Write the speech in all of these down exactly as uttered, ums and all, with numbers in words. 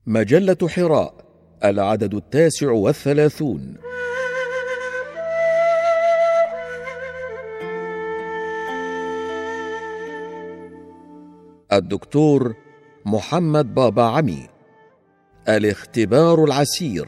مجلة حراء، العدد التاسع والثلاثون. الدكتور محمد بابا عمي، الاختبار العسير.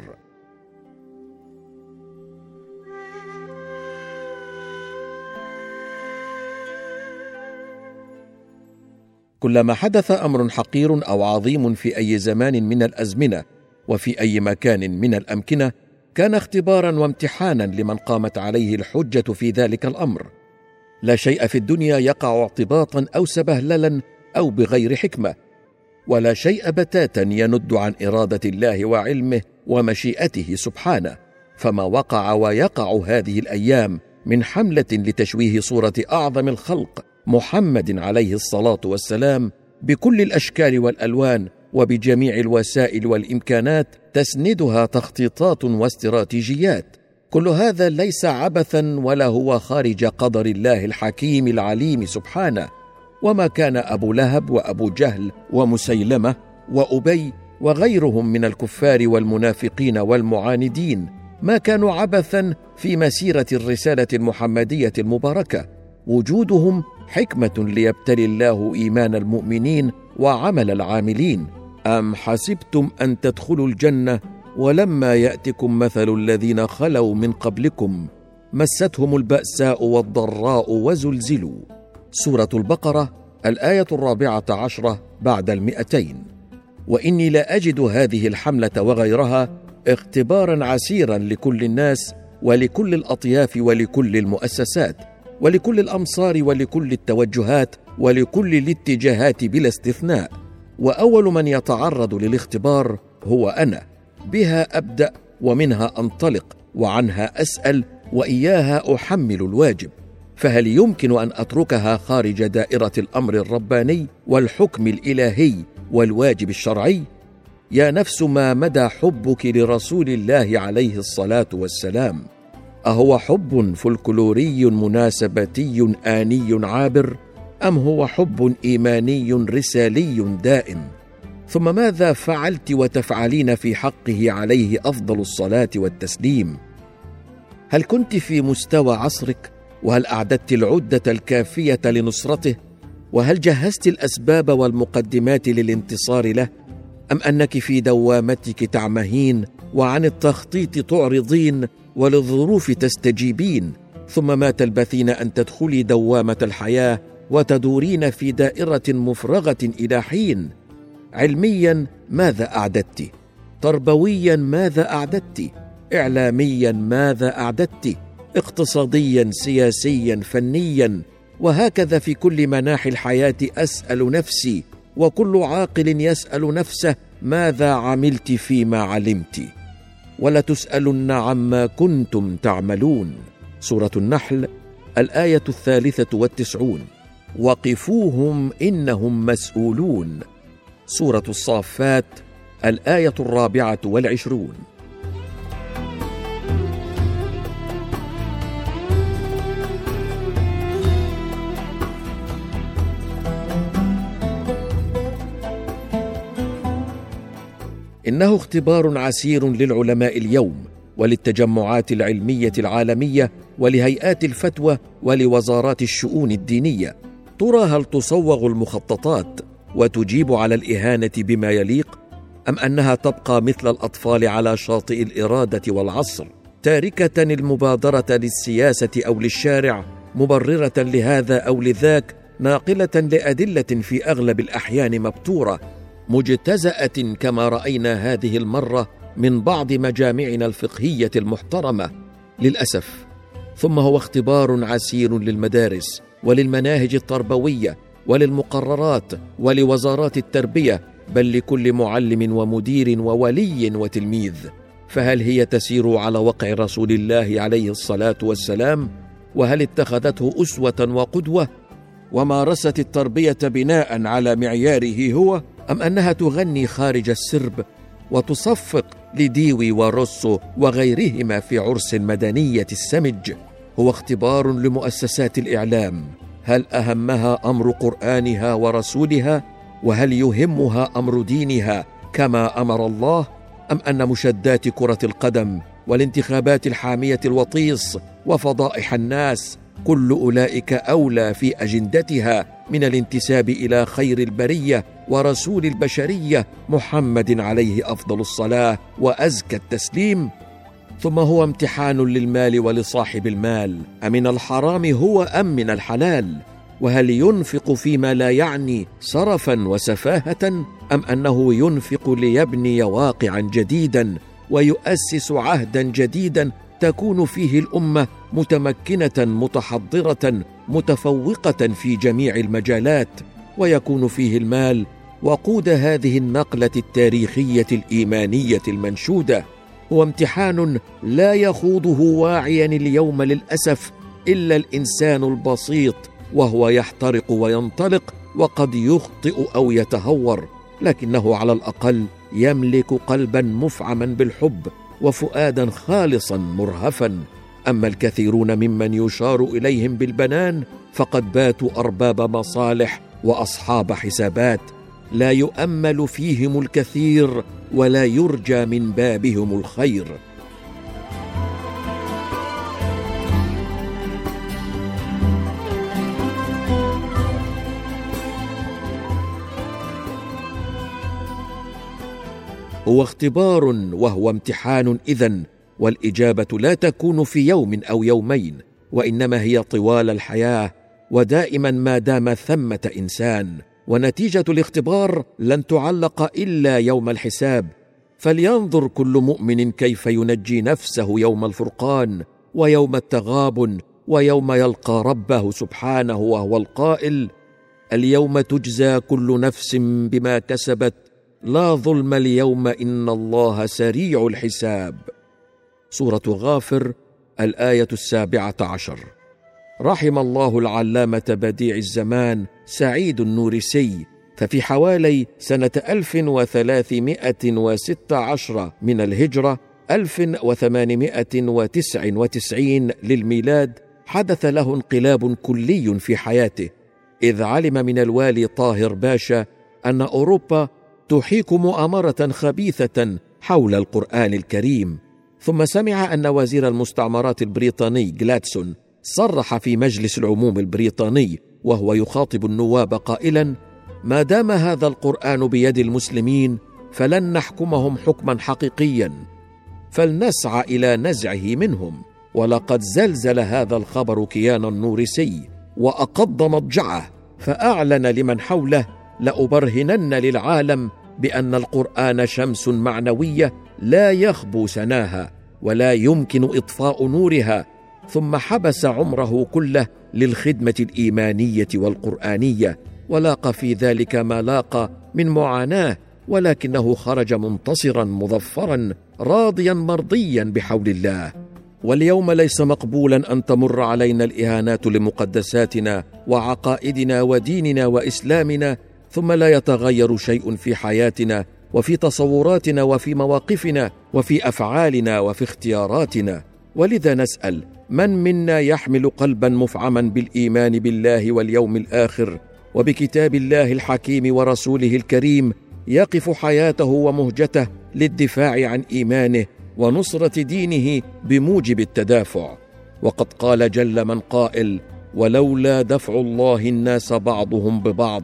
كلما حدث أمر حقير أو عظيم في أي زمان من الأزمنة وفي أي مكان من الأمكنة كان اختبارا وامتحانا لمن قامت عليه الحجة في ذلك الأمر. لا شيء في الدنيا يقع اعتباطا أو سبهللا أو بغير حكمة، ولا شيء بتاتا يند عن إرادة الله وعلمه ومشيئته سبحانه. فما وقع ويقع هذه الأيام من حملة لتشويه صورة أعظم الخلق محمد عليه الصلاة والسلام بكل الأشكال والألوان وبجميع الوسائل والإمكانات تسندها تخطيطات واستراتيجيات، كل هذا ليس عبثا ولا هو خارج قدر الله الحكيم العليم سبحانه. وما كان أبو لهب وأبو جهل ومسيلمة وأبي وغيرهم من الكفار والمنافقين والمعاندين ما كانوا عبثا في مسيرة الرسالة المحمدية المباركة. وجودهم حكمة ليبتلي الله إيمان المؤمنين وعمل العاملين. أم حسبتم أن تدخلوا الجنة ولما يأتكم مثل الذين خلوا من قبلكم مستهم البأساء والضراء وزلزلوا. سورة البقرة، الآية الرابعة عشرة بعد المئتين. وإني لا أجد هذه الحملة وغيرها اختبارا عسيرا لكل الناس ولكل الأطياف ولكل المؤسسات ولكل الأمصار ولكل التوجهات ولكل الاتجاهات بلا استثناء. وأول من يتعرض للاختبار هو أنا. بها أبدأ ومنها أنطلق وعنها أسأل وإياها أحمل الواجب. فهل يمكن أن أتركها خارج دائرة الأمر الرباني والحكم الإلهي والواجب الشرعي؟ يا نفس ما مدى حبك لرسول الله عليه الصلاة والسلام؟ أهو حب فلكلوري مناسبتي آني عابر، أم هو حب إيماني رسالي دائم؟ ثم ماذا فعلت وتفعلين في حقه عليه أفضل الصلاة والتسليم؟ هل كنت في مستوى عصرك؟ وهل أعددت العدة الكافية لنصرته؟ وهل جهزت الأسباب والمقدمات للانتصار له؟ أم أنك في دوامتك تعمهين وعن التخطيط تعرضين وللظروف تستجيبين، ثم ما تلبثين أن تدخلي دوامة الحياة وتدورين في دائرة مفرغة إلى حين؟ علميا ماذا أعددت؟ تربويا ماذا أعددت؟ إعلاميا ماذا أعددت؟ اقتصاديا، سياسيا، فنيا، وهكذا في كل مناحي الحياة أسأل نفسي، وكل عاقل يسأل نفسه ماذا عملت فيما علمت؟ ولتسألن عما كنتم تعملون. سورة النحل، الآية الثالثة والتسعون. وقفوهم إنهم مسؤولون. سورة الصافات، الآية الرابعة والعشرون. إنه اختبار عسير للعلماء اليوم وللتجمعات العلمية العالمية ولهيئات الفتوى ولوزارات الشؤون الدينية. ترى هل تصوغ المخططات وتجيب على الإهانة بما يليق، أم أنها تبقى مثل الأطفال على شاطئ الإرادة والعصر، تاركة المبادرة للسياسة أو للشارع، مبررة لهذا أو لذاك، ناقلة لأدلة في أغلب الأحيان مبتورة، مجتزأة كما رأينا هذه المرة من بعض مجامعنا الفقهية المحترمة للأسف. ثم هو اختبار عسير للمدارس وللمناهج التربوية وللمقررات ولوزارات التربية، بل لكل معلم ومدير وولي وتلميذ. فهل هي تسير على وقع رسول الله عليه الصلاة والسلام؟ وهل اتخذته أسوة وقدوة ومارست التربية بناء على معياره هو، أم أنها تغني خارج السرب وتصفق لديوي وروسو وغيرهما في عرس المدنية السمج؟ هو اختبار لمؤسسات الإعلام. هل أهمها أمر قرآنها ورسولها؟ وهل يهمها أمر دينها كما أمر الله، أم أن مشادات كرة القدم والانتخابات الحامية الوطيس وفضائح الناس كل أولئك أولى في أجندتها من الانتساب إلى خير البرية ورسول البشرية محمد عليه أفضل الصلاة وأزكى التسليم؟ ثم هو امتحان للمال ولصاحب المال، أمن الحرام هو أم من الحلال؟ وهل ينفق فيما لا يعني سرفا وسفاهة، أم أنه ينفق ليبني واقعا جديدا ويؤسس عهدا جديدا تكون فيه الأمة متمكنة متحضرة متفوقة في جميع المجالات، ويكون فيه المال وقود هذه النقلة التاريخية الإيمانية المنشودة؟ هو امتحان لا يخوضه واعيا اليوم للأسف إلا الإنسان البسيط، وهو يحترق وينطلق وقد يخطئ أو يتهور، لكنه على الأقل يملك قلبا مفعما بالحب وفؤادا خالصا مرهفا. أما الكثيرون ممن يشار إليهم بالبنان فقد باتوا أرباب مصالح وأصحاب حسابات، لا يؤمل فيهم الكثير ولا يرجى من بابهم الخير. هو اختبار وهو امتحان إذن، والإجابة لا تكون في يوم أو يومين، وإنما هي طوال الحياة ودائما ما دام ثمة إنسان، ونتيجة الاختبار لن تعلق إلا يوم الحساب. فلينظر كل مؤمن كيف ينجي نفسه يوم الفرقان ويوم التغابن ويوم يلقى ربه سبحانه وهو القائل: اليوم تجزى كل نفس بما كسبت لا ظلم اليوم إن الله سريع الحساب. سورة غافر الآية السابعة عشر. رحم الله العلامة بديع الزمان سعيد النورسي، ففي حوالي سنة ألف وثلاثمائة وستة عشر من الهجرة ألف وثمانمائة وتسعة وتسعين للميلاد حدث له انقلاب كلي في حياته، إذ علم من الوالي طاهر باشا أن أوروبا تحيك مؤامرة خبيثة حول القرآن الكريم، ثم سمع أن وزير المستعمرات البريطاني جلادسون صرح في مجلس العموم البريطاني وهو يخاطب النواب قائلا: ما دام هذا القرآن بيد المسلمين فلن نحكمهم حكما حقيقيا، فلنسعى إلى نزعه منهم. ولقد زلزل هذا الخبر كيان النورسي وأقض مضجعه، فأعلن لمن حوله: لأبرهنن للعالم بأن القرآن شمس معنوية لا يخبو سناها ولا يمكن إطفاء نورها، ثم حبس عمره كله للخدمة الإيمانية والقرآنية، ولاقى في ذلك ما لاقى من معاناة، ولكنه خرج منتصرا مظفرا راضيا مرضيا بحول الله. واليوم ليس مقبولا أن تمر علينا الإهانات لمقدساتنا وعقائدنا وديننا وإسلامنا ثم لا يتغير شيء في حياتنا وفي تصوراتنا وفي مواقفنا وفي أفعالنا وفي اختياراتنا. ولذا نسأل: من منا يحمل قلبا مفعما بالإيمان بالله واليوم الآخر وبكتاب الله الحكيم ورسوله الكريم يقف حياته ومهجته للدفاع عن إيمانه ونصرة دينه بموجب التدافع؟ وقد قال جل من قائل: ولولا دفع الله الناس بعضهم ببعض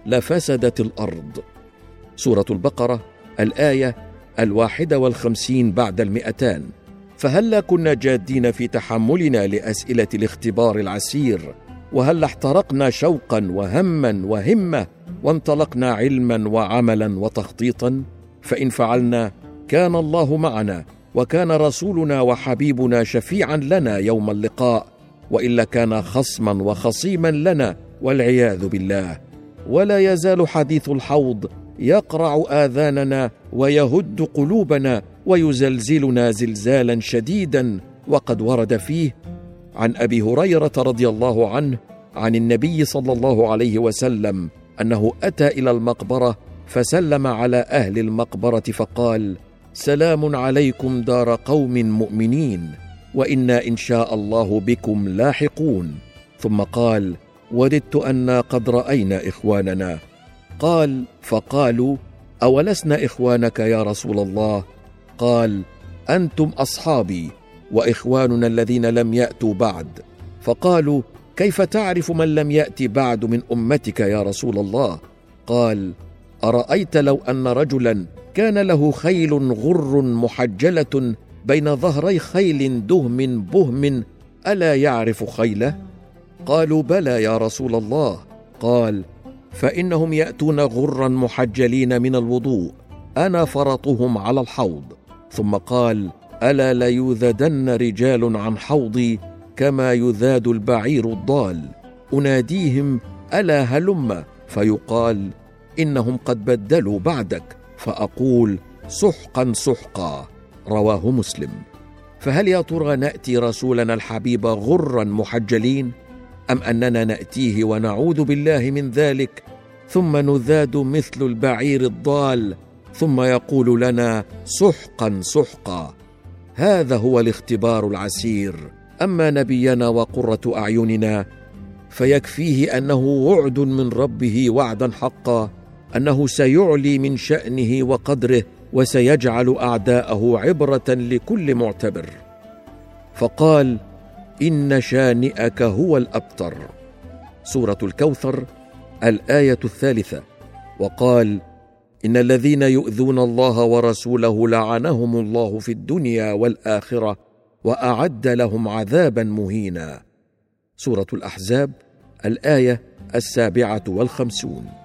لفسدت الأرض. سورة البقرة الآية الواحدة والخمسين بعد المئتان. فهلا كنا جادين في تحملنا لأسئلة الاختبار العسير؟ وهل احترقنا شوقا وهما وهمة وانطلقنا علما وعملا وتخطيطا؟ فإن فعلنا كان الله معنا، وكان رسولنا وحبيبنا شفيعا لنا يوم اللقاء، وإلا كان خصما وخصيما لنا والعياذ بالله. ولا يزال حديث الحوض يقرع آذاننا ويهد قلوبنا ويزلزلنا زلزالا شديدا، وقد ورد فيه عن أبي هريرة رضي الله عنه عن النبي صلى الله عليه وسلم أنه أتى إلى المقبرة فسلم على أهل المقبرة فقال: سلام عليكم دار قوم مؤمنين، وإنا إن شاء الله بكم لاحقون. ثم قال: وددت أنا قد رأينا إخواننا. قال: فقالوا: أولسنا إخوانك يا رسول الله؟ قال: أنتم أصحابي وإخواننا الذين لم يأتوا بعد. فقالوا: كيف تعرف من لم يأت بعد من أمتك يا رسول الله؟ قال: أرأيت لو أن رجلا كان له خيل غر محجلة بين ظهري خيل دهم بهم، ألا يعرف خيله؟ قالوا: بلى يا رسول الله. قال: فإنهم يأتون غرا محجلين من الوضوء، أنا فرطهم على الحوض. ثم قال: ألا ليوذدن رجال عن حوضي كما يذاد البعير الضال، أناديهم: ألا هلم، فيقال: إنهم قد بدلوا بعدك، فأقول: سحقا سحقا. رواه مسلم. فهل يا ترى نأتي رسولنا الحبيب غرا محجلين، أم أننا نأتيه ونعوذ بالله من ذلك ثم نذاد مثل البعير الضال ثم يقول لنا: سحقا سحقا؟ هذا هو الاختبار العسير. أما نبينا وقرة أعيننا فيكفيه أنه وعد من ربه وعدا حقا، أنه سيعلي من شأنه وقدره وسيجعل أعداءه عبرة لكل معتبر. فقال: إن شانئك هو الأبتر. سورة الكوثر الآية الثالثة. وقال: إن الذين يؤذون الله ورسوله لعنهم الله في الدنيا والآخرة وأعد لهم عذابا مهينا. سورة الأحزاب الآية السابعة والخمسون.